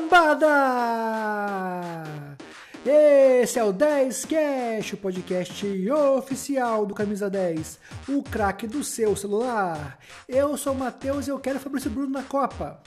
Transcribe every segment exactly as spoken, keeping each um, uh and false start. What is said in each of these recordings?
cambada! Esse é o dez Cast, o podcast oficial do Camisa dez, o craque do seu celular. Eu sou o Matheus e eu quero Fabrício Bruno na Copa.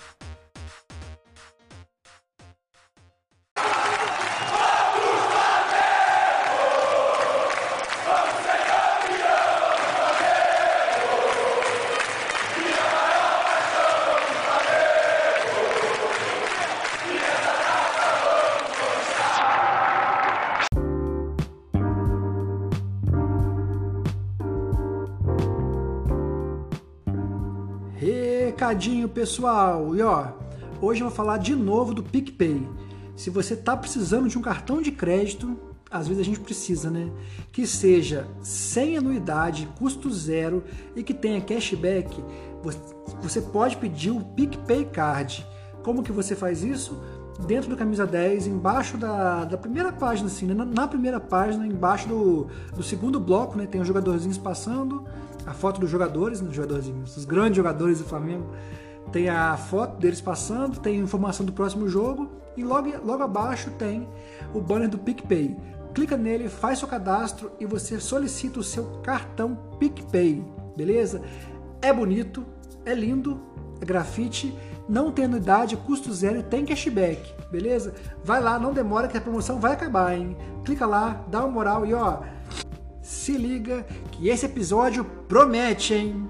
Recadinho, pessoal, e ó, hoje eu vou falar de novo do PicPay. Se você tá precisando de um cartão de crédito, às vezes a gente precisa, né? Que seja sem anuidade, custo zero e que tenha cashback, você pode pedir o PicPay Card. Como que você faz isso? Dentro do Camisa dez, embaixo da, da primeira página, assim, né? na, na primeira página, embaixo do, do segundo bloco, né? Tem os jogadorzinhos passando, a foto dos jogadores, né? Dos jogadorzinhos, os grandes jogadores do Flamengo, tem a foto deles passando, tem a informação do próximo jogo e logo, logo abaixo tem o banner do PicPay. Clica nele, faz seu cadastro e você solicita o seu cartão PicPay, beleza? É bonito, é lindo, é grafite, não tem anuidade, custo zero e tem cashback, beleza? Vai lá, não demora que a promoção vai acabar, hein? Clica lá, dá uma moral e ó, se liga que esse episódio promete, hein?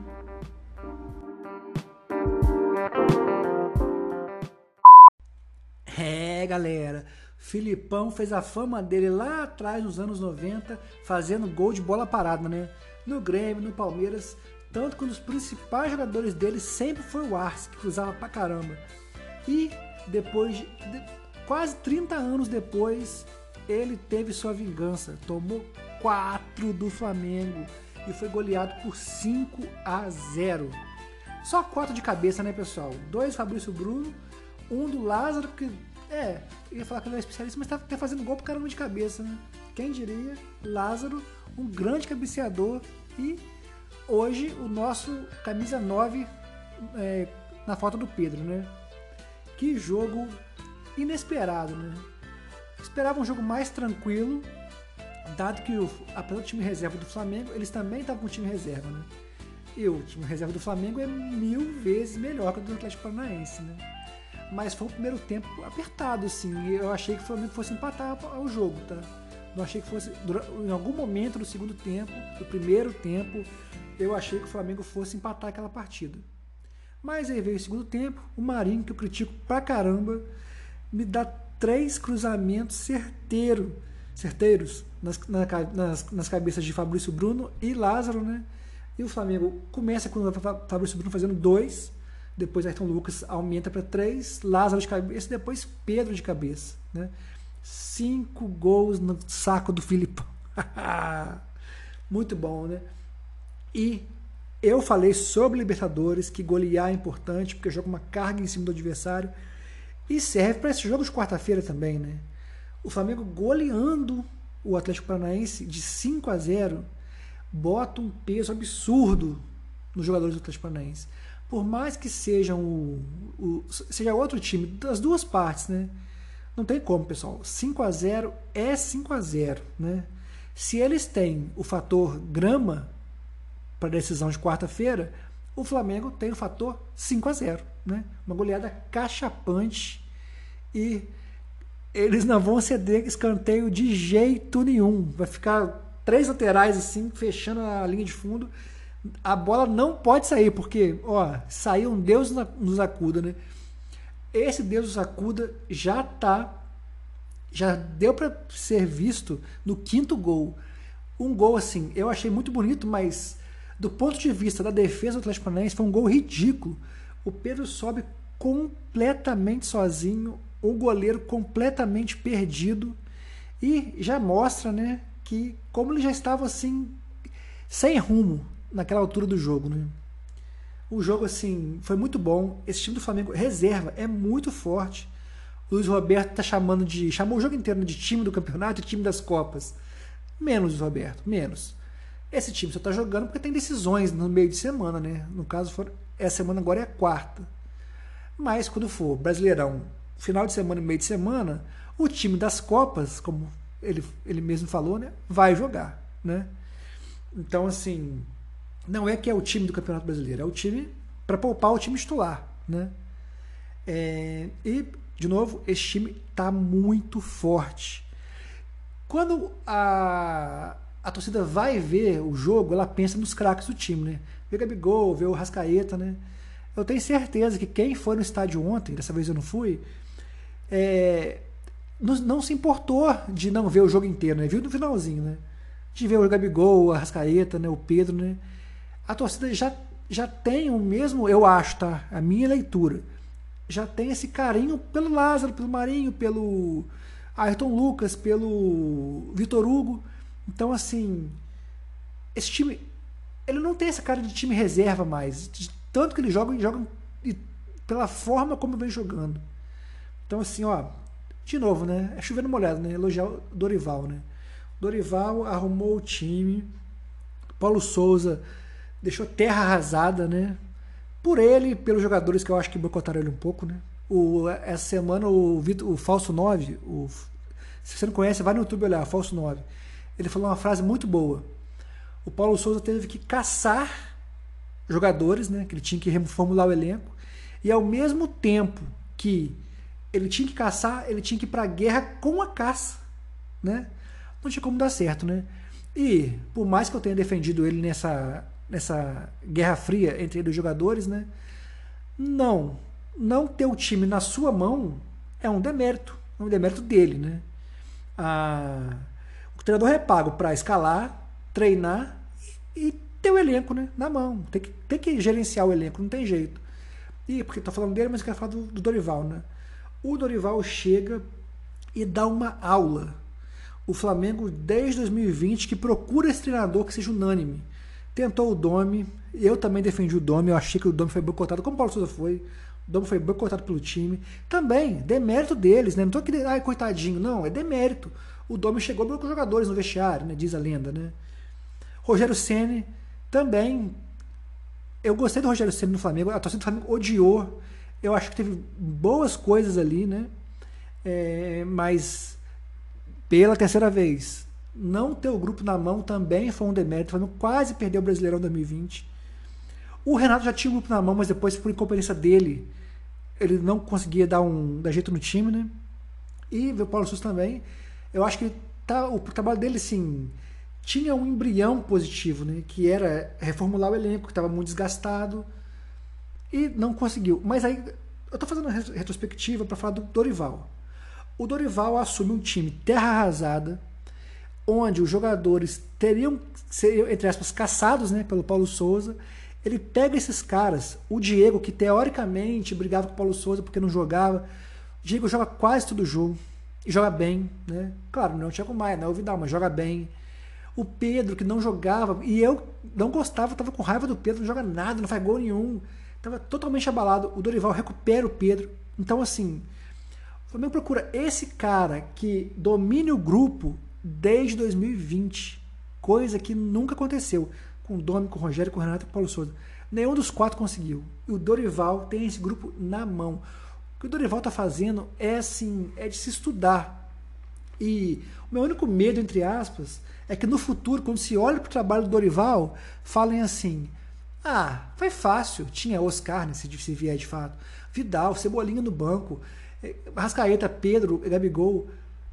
É, galera, Filipão fez a fama dele lá atrás, nos anos noventa, fazendo gol de bola parada, né? No Grêmio, no Palmeiras, tanto que um dos principais jogadores dele sempre foi o Arce, que cruzava pra caramba. E depois, de, de, quase trinta anos depois, ele teve sua vingança, tomou quatro do Flamengo e foi goleado por cinco a zero. Só quatro de cabeça, né, pessoal? Dois Fabrício Bruno, um do Lázaro, que é, eu ia falar que ele é especialista, mas tá, tá fazendo gol pro caramba de cabeça, né? Quem diria, Lázaro, um grande cabeceador, e hoje o nosso camisa nove é, na foto do Pedro, né? Que jogo inesperado, né? Esperava um jogo mais tranquilo, dado que o, apesar do time reserva do Flamengo, eles também estavam com o time reserva, né? E o time reserva do Flamengo é mil vezes melhor que o do Atlético Paranaense, né? Mas foi um primeiro tempo apertado, assim, e eu achei que o Flamengo fosse empatar o jogo, tá? Não achei que fosse, em algum momento do segundo tempo, do primeiro tempo, eu achei que o Flamengo fosse empatar aquela partida. Mas aí veio o segundo tempo, o Marinho, que eu critico pra caramba, me dá três cruzamentos certeiro, certeiros nas, na, nas, nas cabeças de Fabrício Bruno e Lázaro, né? E o Flamengo começa com o Fabrício Bruno fazendo dois, depois Ayrton Lucas aumenta para três, Lázaro de cabeça e depois Pedro de cabeça, né? Cinco gols no saco do Filipão. Muito bom, né? E eu falei sobre Libertadores, que golear é importante, porque joga uma carga em cima do adversário, e serve para esse jogo de quarta-feira também, né? O Flamengo goleando o Atlético Paranaense de cinco a zero bota um peso absurdo nos jogadores do Atlético Paranaense. Por mais que sejam o, o, seja outro time, das duas partes, né? Não tem como, pessoal. cinco a zero é cinco a zero, né? Se eles têm o fator grama para a decisão de quarta-feira, o Flamengo tem o fator cinco a zero, né? Uma goleada cachapante e eles não vão ceder escanteio de jeito nenhum. Vai ficar três laterais assim, fechando a linha de fundo. A bola não pode sair, porque, ó, saiu um Deus nos acuda, né? Esse Deus nos acuda já tá, já deu para ser visto no quinto gol. Um gol assim, eu achei muito bonito, mas do ponto de vista da defesa do Atlético Paranaense foi um gol ridículo. O Pedro sobe completamente sozinho, o goleiro completamente perdido, e já mostra, né, que como ele já estava assim sem rumo naquela altura do jogo, né? O jogo assim foi muito bom. Esse time do Flamengo reserva é muito forte. O Luiz Roberto tá chamando de chamou o jogo inteiro de time do campeonato e time das copas. Menos, Luiz Roberto, menos. Esse time só tá jogando porque tem decisões no meio de semana, né? No caso, for, essa semana agora é a quarta. Mas quando for Brasileirão final de semana e meio de semana, o time das Copas, como ele, ele mesmo falou, né, vai jogar, né? Então, assim, não é que é o time do Campeonato Brasileiro, é o time para poupar o time titular, né? É, e, de novo, esse time está muito forte. Quando a, a torcida vai ver o jogo, ela pensa nos craques do time, né? Vê o Gabigol, vê o Rascaeta, né? Eu tenho certeza que quem foi no estádio ontem, dessa vez eu não fui, é, não, não se importou de não ver o jogo inteiro, né? Viu no finalzinho, né? De ver o Gabigol, o Rascaeta, né? O Pedro, né? A torcida já, já tem o mesmo, eu acho, tá? A minha leitura. Já tem esse carinho pelo Lázaro, pelo Marinho, pelo Ayrton Lucas, pelo Vitor Hugo. Então, assim, esse time, ele não tem essa cara de time reserva mais. De tanto que ele joga, ele joga pela forma como vem jogando. Então, assim, ó, de novo, né? É chovendo molhado, né? Elogiar o Dorival, né? Dorival arrumou o time. Paulo Souza deixou terra arrasada, né? Por ele, pelos jogadores que eu acho que boicotaram ele um pouco, né? O, essa semana o, Vitor, o Falso nove, o, se você não conhece, vai no YouTube olhar, Falso nove. Ele falou uma frase muito boa. O Paulo Souza teve que caçar jogadores, né? Que ele tinha que reformular o elenco. E ao mesmo tempo que ele tinha que caçar, ele tinha que ir pra guerra com a caça, né? Não tinha como dar certo, né? E por mais que eu tenha defendido ele nessa, nessa guerra fria entre os jogadores, né? Não, não ter o time na sua mão é um demérito, é um demérito dele, né? Ah, o treinador é pago para escalar, treinar e, e ter o elenco, né, na mão. Tem que, tem que gerenciar o elenco, não tem jeito. E porque estou falando dele, mas eu quero falar do, do Dorival, né? O Dorival chega e dá uma aula. O Flamengo, desde dois mil e vinte, que procura esse treinador que seja unânime. Tentou o Domi, eu também defendi o Domi, eu achei que o Domi foi boicotado, como o Paulo Souza foi. O Domi foi boicotado pelo time. Também, demérito deles, né? Não tô aqui, ai, coitadinho, não, é demérito. O Domi chegou com os jogadores no vestiário, né? Diz a lenda, né? Rogério Ceni também. Eu gostei do Rogério Ceni no Flamengo, a torcida do Flamengo odiou. Eu acho que teve boas coisas ali, né? É, mas pela terceira vez, não ter o grupo na mão também foi um demérito. O Flamengo quase perdeu o Brasileirão dois mil e vinte. O Renato já tinha o grupo na mão, mas depois, por incompetência dele, ele não conseguia dar um dar jeito no time, né? E o Paulo Souza também. Eu acho que tá, o trabalho dele, sim, tinha um embrião positivo, né? Que era reformular o elenco, que estava muito desgastado. E não conseguiu. Mas aí, eu estou fazendo uma retrospectiva para falar do Dorival. O Dorival assume um time terra arrasada, onde os jogadores teriam, seriam, entre aspas, caçados, né, pelo Paulo Souza. Ele pega esses caras, o Diego, que teoricamente brigava com o Paulo Souza porque não jogava. O Diego joga quase todo jogo. E joga bem, né? Claro, não é o Thiago Maia, não é o Vidal, mas joga bem. O Pedro, que não jogava, e eu não gostava, estava com raiva do Pedro, não joga nada, não faz gol nenhum. Estava totalmente abalado. O Dorival recupera o Pedro. Então, assim, o Flamengo procura esse cara que domine o grupo desde dois mil e vinte. Coisa que nunca aconteceu com o Domi, com o Rogério, com o Renato e com o Paulo Souza. Nenhum dos quatro conseguiu. E o Dorival tem esse grupo na mão. O que o Dorival está fazendo é, assim, é de se estudar. E o meu único medo, entre aspas, é que no futuro, quando se olha para o trabalho do Dorival, falem assim: ah, foi fácil. Tinha Oscar, né, se vier de fato. Vidal, Cebolinha no banco. Rascaeta, Pedro, Gabigol.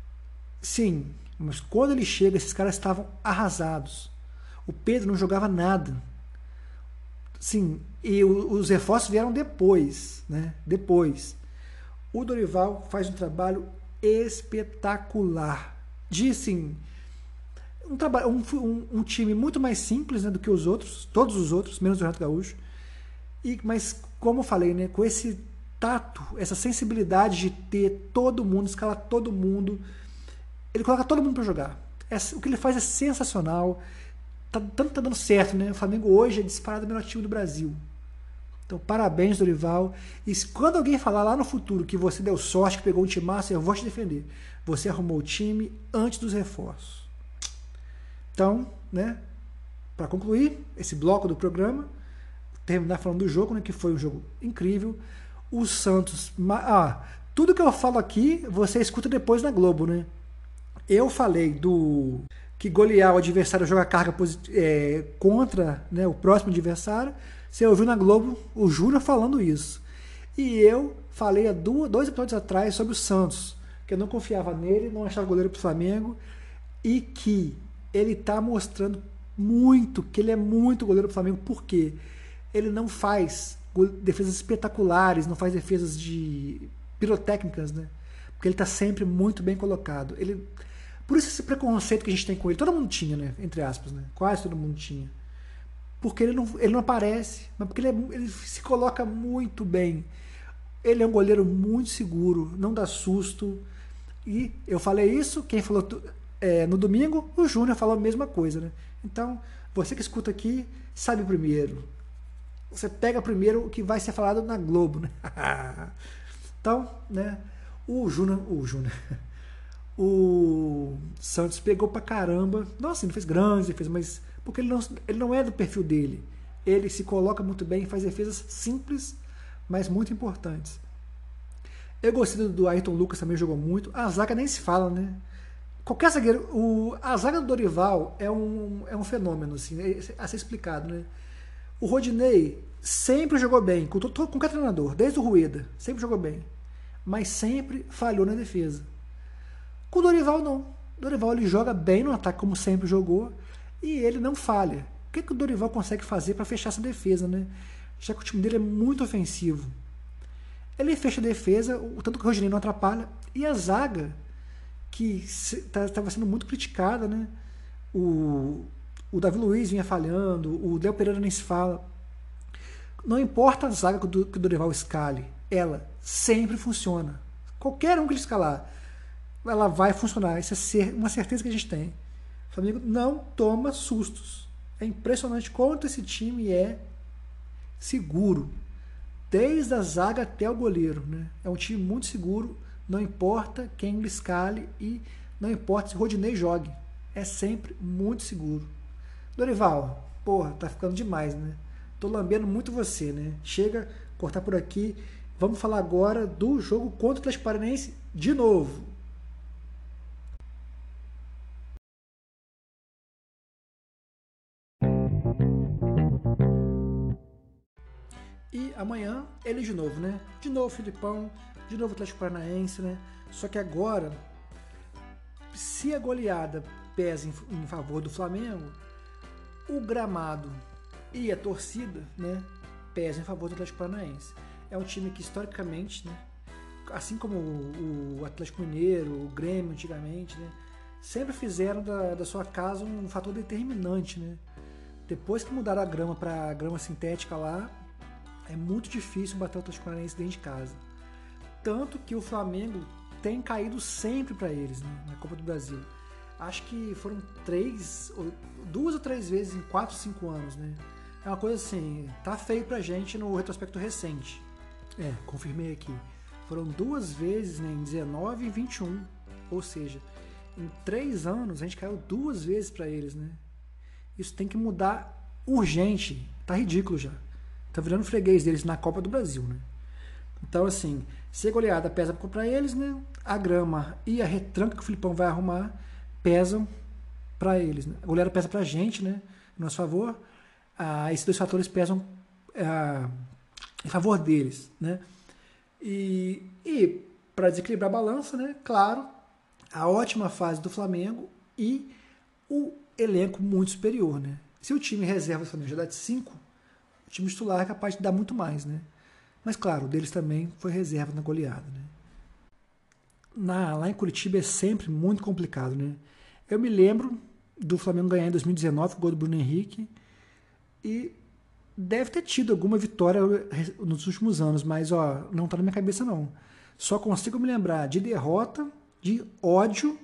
Sim, mas quando ele chega, esses caras estavam arrasados. O Pedro não jogava nada. Sim, e os reforços vieram depois, né? Depois. O Dorival faz um trabalho espetacular. De, assim, um, trabalho, um, um, um time muito mais simples, né, do que os outros, todos os outros, menos o Renato Gaúcho. E, mas, como eu falei, né, com esse tato, essa sensibilidade de ter todo mundo, escalar todo mundo, ele coloca todo mundo para jogar. É, o que ele faz é sensacional. Tá, tanto tá dando certo, né? O Flamengo hoje é disparado o melhor time do Brasil. Então, parabéns, Dorival. E quando alguém falar lá no futuro que você deu sorte, que pegou um time massa, eu vou te defender. Você arrumou o time antes dos reforços. Então, né? Para concluir esse bloco do programa, terminar falando do jogo, né? Que foi um jogo incrível. O Santos... Ah, tudo que eu falo aqui, você escuta depois na Globo, né? Eu falei do que golear o adversário, jogar carga é, contra, né, o próximo adversário. Você ouviu na Globo o Júnior falando isso. E eu falei há dois episódios atrás sobre o Santos, que eu não confiava nele, não achava goleiro pro Flamengo, e que ele tá mostrando muito, que ele é muito goleiro pro Flamengo. Por quê? Ele não faz defesas espetaculares, não faz defesas de pirotécnicas, né? Porque ele tá sempre muito bem colocado. Ele, por isso esse preconceito que a gente tem com ele, todo mundo tinha, né? Entre aspas, né? Quase todo mundo tinha. Porque ele não, ele não aparece, mas porque ele, é, ele se coloca muito bem. Ele é um goleiro muito seguro, não dá susto. E eu falei isso, quem falou é, no domingo, o Júnior falou a mesma coisa, né? Então, você que escuta aqui, sabe primeiro. Você pega primeiro o que vai ser falado na Globo, né? Então, né? O Júnior, o Júnior, o Santos pegou pra caramba. Nossa, ele fez grandes defesas, mas porque ele não, ele não é do perfil dele. Ele se coloca muito bem, faz defesas simples, mas muito importantes. Eu gostei do Ayrton Lucas, também jogou muito. A zaga nem se fala, né? Qualquer zagueiro, o, a zaga do Dorival é um, é um fenômeno, assim, é, a ser explicado, né? O Rodinei sempre jogou bem, com, com qualquer treinador, desde o Rueda, sempre jogou bem, mas sempre falhou na defesa. Com o Dorival, não. O Dorival ele joga bem no ataque, como sempre jogou, e ele não falha. O que, que o Dorival consegue fazer para fechar essa defesa, né? Já que o time dele é muito ofensivo. Ele fecha a defesa, o tanto que o Rodinei não atrapalha, e a zaga, que estava sendo muito criticada, né? O, o Davi Luiz vinha falhando, o Léo Pereira nem se fala. Não importa a zaga que o Dorival escale, ela sempre funciona. Qualquer um que ele escalar, ela vai funcionar. Isso é uma certeza que a gente tem. O Flamengo não toma sustos. É impressionante quanto esse time é seguro. Desde a zaga até o goleiro, né? É um time muito seguro. Não importa quem ele escale e não importa se o Rodinei jogue. É sempre muito seguro. Dorival, porra, tá ficando demais, né? Tô lambendo muito você, né? Chega, cortar por aqui. Vamos falar agora do jogo contra o Atlético Paranaense de novo. E amanhã, ele de novo, né? De novo Filipão, de novo Atlético Paranaense, né? Só que agora, se a goleada pesa em, em favor do Flamengo, o gramado e a torcida, né, pesam em favor do Atlético Paranaense. É um time que historicamente, né, assim como o, o Atlético Mineiro, o Grêmio antigamente, né, sempre fizeram da, da sua casa um fator determinante, né? Depois que mudaram a grama para grama sintética lá, é muito difícil bater o Atlético Paranaense dentro de casa. Tanto que o Flamengo tem caído sempre para eles, né, na Copa do Brasil. Acho que foram três, duas ou três vezes em quatro, cinco anos, né? É uma coisa assim, tá feio pra gente no retrospecto recente. É, confirmei aqui. Foram duas vezes, né, em dezenove e vinte e um. Ou seja, em três anos a gente caiu duas vezes pra eles, né? Isso tem que mudar urgente. Tá ridículo já. Tá virando freguês deles na Copa do Brasil, né? Então, assim, se a goleada pesa pra eles, né? A grama e a retranca que o Filipão vai arrumar pesam para eles, né? A goleada pesa pra gente, né? A nosso favor. Ah, esses dois fatores pesam ah, em favor deles, né? E, e para desequilibrar a balança, né? Claro, a ótima fase do Flamengo e o elenco muito superior, né? Se o time reserva do Flamengo já dá de cinco, o time titular é capaz de dar muito mais, né? Mas claro, o deles também foi reserva na goleada, né? Na, lá em Curitiba é sempre muito complicado, né? Eu me lembro do Flamengo ganhar em dois mil e dezenove com o gol do Bruno Henrique e deve ter tido alguma vitória nos últimos anos, mas ó, não tá na minha cabeça não. Só consigo me lembrar de derrota, de ódio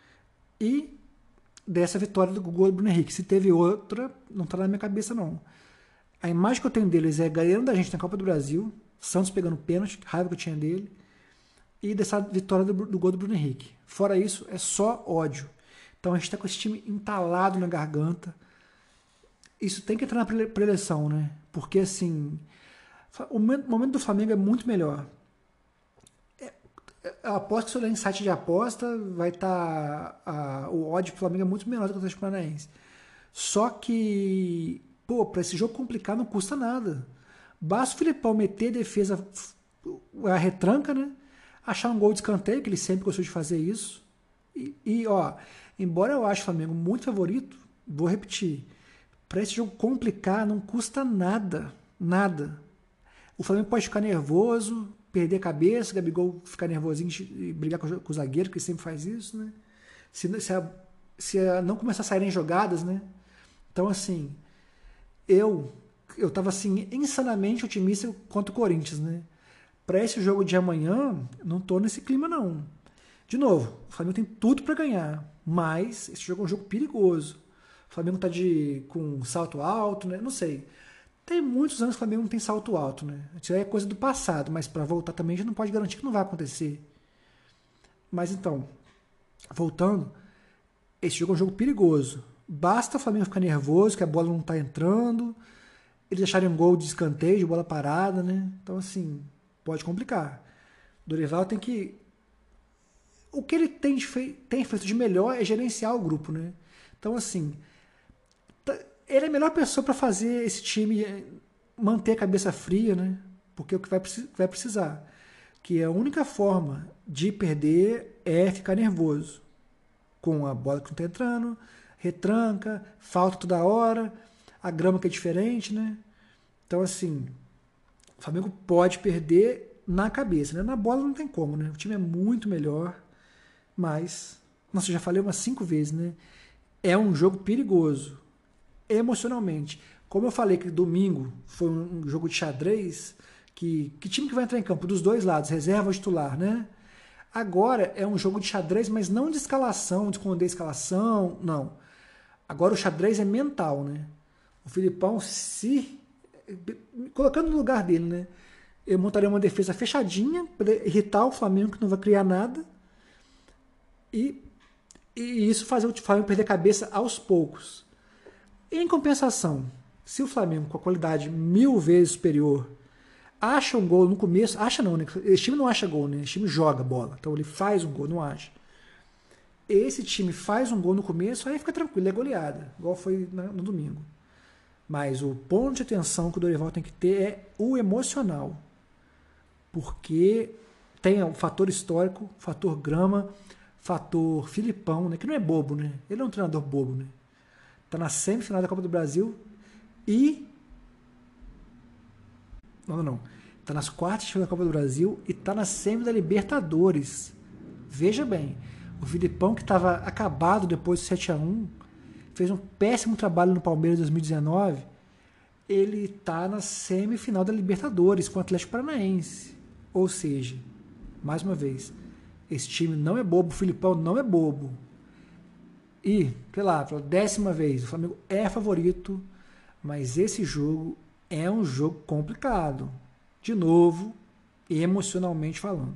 e dessa vitória do gol do Bruno Henrique. Se teve outra, não tá na minha cabeça não. A imagem que eu tenho deles é ganhando da gente na Copa do Brasil, Santos pegando pênalti, raiva que eu tinha dele, e dessa vitória do, do gol do Bruno Henrique. Fora isso, é só ódio. Então a gente está com esse time entalado na garganta. Isso tem que entrar na preleção, né? Porque assim, o momento do Flamengo é muito melhor. É, eu aposto que se eu olhar em site de aposta, vai estar. Tá, o odd do Flamengo é muito menor do que o Atlético Paranaense. Só que, pô, pra esse jogo complicar não custa nada. Basta o Filipão meter a defesa, a retranca, né? Achar um gol de escanteio, que ele sempre gostou de fazer isso. E, e ó, embora eu ache o Flamengo muito favorito, vou repetir. Pra esse jogo complicar não custa nada. Nada. O Flamengo pode ficar nervoso, perder a cabeça, o Gabigol ficar nervosinho e brigar com o zagueiro, que sempre faz isso, né? Se, se, a, se a não começar a sair em jogadas, né? Então, assim, eu eu tava, assim, insanamente otimista contra o Corinthians, né? Para esse jogo de amanhã, não tô nesse clima, não. De novo, o Flamengo tem tudo para ganhar, mas esse jogo é um jogo perigoso. O Flamengo tá de, com salto alto, né? Não sei. Tem muitos anos que o Flamengo não tem salto alto, né? Isso aí é coisa do passado, mas para voltar também a gente não pode garantir que não vai acontecer. Mas então, voltando, esse jogo é um jogo perigoso. Basta o Flamengo ficar nervoso, que a bola não tá entrando, eles acharem um gol de escanteio, de bola parada, né? Então, assim, pode complicar. O Dorival tem que... O que ele tem, fe... tem feito de melhor é gerenciar o grupo, né? Então, assim, ele é a melhor pessoa para fazer esse time manter a cabeça fria, né? Porque é o que vai, vai precisar. Que a única forma de perder é ficar nervoso. Com a bola que não tá entrando, retranca, falta toda hora, a grama que é diferente, né? Então, assim, o Flamengo pode perder na cabeça, né? Na bola não tem como, né? O time é muito melhor, mas, nossa, eu já falei umas cinco vezes, né? É um jogo perigoso, emocionalmente. Como eu falei que domingo foi um jogo de xadrez, que, que time que vai entrar em campo? Dos dois lados, reserva ou titular, né? Agora é um jogo de xadrez, mas não de escalação, de esconder a escalação, não. Agora o xadrez é mental, né? O Filipão, se... colocando no lugar dele, né? Eu montaria uma defesa fechadinha para irritar o Flamengo, que não vai criar nada. E, e isso fazer o Flamengo perder a cabeça aos poucos. Em compensação, se o Flamengo, com a qualidade mil vezes superior, acha um gol no começo, acha não, né? Esse time não acha gol, né? Esse time joga bola, então ele faz um gol, não acha. Esse time faz um gol no começo, aí fica tranquilo, é goleada, igual foi no domingo. Mas o ponto de atenção que o Dorival tem que ter é o emocional, porque tem o fator histórico, fator grama, fator Filipão, né? Que não é bobo, né? Ele é um treinador bobo, né? Tá na semifinal da Copa do Brasil e... Não, não, não. Tá nas quartas de final da Copa do Brasil e tá na semi da Libertadores. Veja bem, o Filipão, que estava acabado depois do sete a um, fez um péssimo trabalho no Palmeiras em dois mil e dezenove, ele tá na semifinal da Libertadores com o Atlético Paranaense. Ou seja, mais uma vez, esse time não é bobo, o Filipão não é bobo. E, sei lá, pela décima vez, o Flamengo é favorito, mas esse jogo é um jogo complicado. De novo, emocionalmente falando.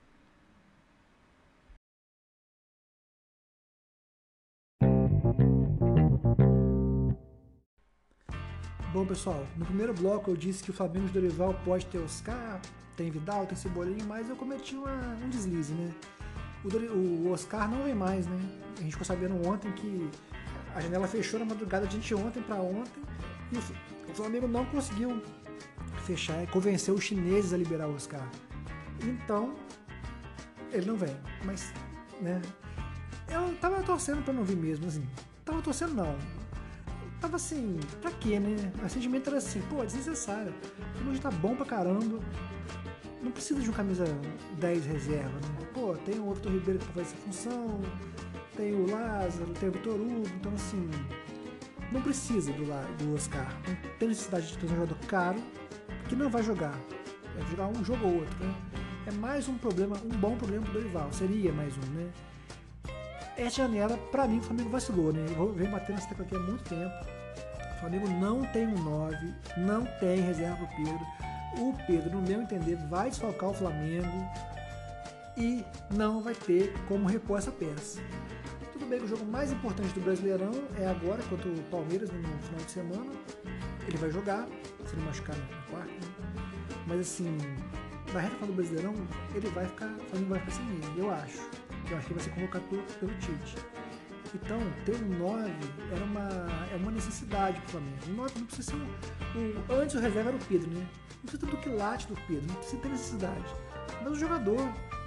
Bom, pessoal, no primeiro bloco eu disse que o Flamengo de Dorival pode ter Oscar, tem Vidal, tem Cebolinha, mas eu cometi uma, um deslize, né? O, o Oscar não vem mais, né? A gente ficou sabendo ontem que a janela fechou na madrugada de anteontem para ontem e o Flamengo não conseguiu fechar e convencer os chineses a liberar o Oscar. Então, ele não vem. Mas, né? Eu tava torcendo pra não vir mesmo, assim. Tava torcendo não. Tava assim, pra quê, né? O sentimento era assim, pô, é desnecessário. O Flamengo tá bom pra caramba. Não precisa de um camisa dez reserva, né? Pô, tem o Vitor Ribeiro que faz essa função, tem o Lázaro, tem o Vitor Hugo, então assim, não precisa do, do Oscar. Não tem necessidade de ter um jogador caro que não vai jogar. Vai jogar um jogo ou outro, né? É mais um problema, um bom problema pro Dorival. Seria mais um, né? Essa janela, pra mim, o Flamengo vacilou, né? Eu venho batendo nessa tecla aqui há muito tempo. O Flamengo não tem um nove, não tem reserva pro Pedro. O Pedro, no meu entender, vai desfalcar o Flamengo e não vai ter como repor essa peça. Tudo bem que o jogo mais importante do Brasileirão é agora, contra o Palmeiras, no final de semana. Ele vai jogar, se não machucar na quarta, né? Mas assim, pra reta final do Brasileirão, ele vai ficar, o Flamengo vai ficar sem ele, eu acho. Eu acho que ele vai ser convocado pelo, pelo Tite. Então, ter um nove era uma, é uma necessidade pro Flamengo. Um nove não precisa ser um, um... Antes o reserva era o Pedro, né? Não precisa ter do quilate do Pedro, não precisa ter necessidade. Mas o jogador,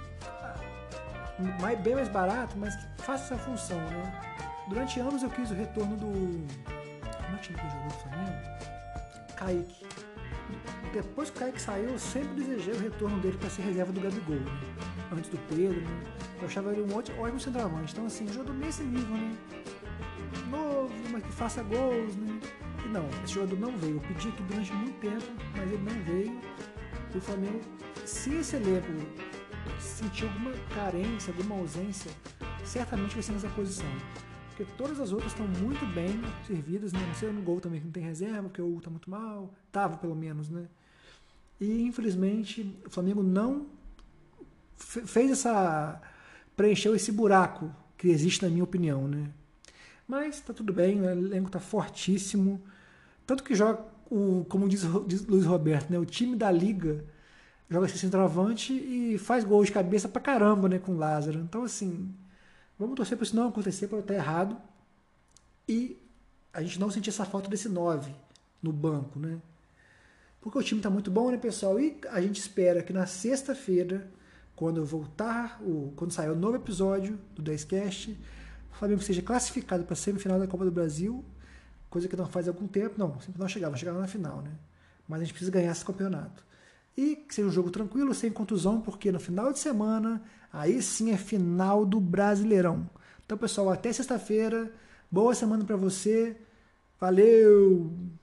mais, bem mais barato, mas que faça essa função, né? Durante anos eu quis o retorno do... Como é que chama aquele jogador do Flamengo? Kaique. Depois que o Kaique saiu, eu sempre desejei o retorno dele para ser reserva do Gabigol, né? Antes do Pedro, né? Eu achava ele um ótimo, ótimo centroavante. Então, assim, jogador nesse nível, né? Novo, mas que faça gols, né? E não, esse jogador não veio. Eu pedi aqui durante muito tempo, mas ele não veio. E o Flamengo, se esse elenco sentir alguma carência, alguma ausência, certamente vai ser nessa posição. Porque todas as outras estão muito bem servidas, né? Não sei no gol também que não tem reserva, porque o Hugo tá muito mal. Tava, pelo menos, né? E, infelizmente, o Flamengo não fez essa... preencheu esse buraco que existe na minha opinião, né? Mas tá tudo bem, o elenco tá fortíssimo. Tanto que joga, o, como diz, diz Luiz Roberto, né? O time da Liga joga esse centroavante e faz gol de cabeça pra caramba, né? Com o Lázaro. Então, assim, vamos torcer pra isso não acontecer, pra eu estar errado. E a gente não sentir essa falta desse nove no banco, né? Porque o time tá muito bom, né, pessoal? E a gente espera que na sexta-feira, quando eu voltar, o, quando sair o novo episódio do dez cast, o Flamengo seja classificado para a semifinal da Copa do Brasil, coisa que não faz algum tempo. Não, sempre não chegava, chegava na final, né? Mas a gente precisa ganhar esse campeonato. E que seja um jogo tranquilo, sem contusão, porque no final de semana, aí sim é final do Brasileirão. Então, pessoal, até sexta-feira. Boa semana para você. Valeu!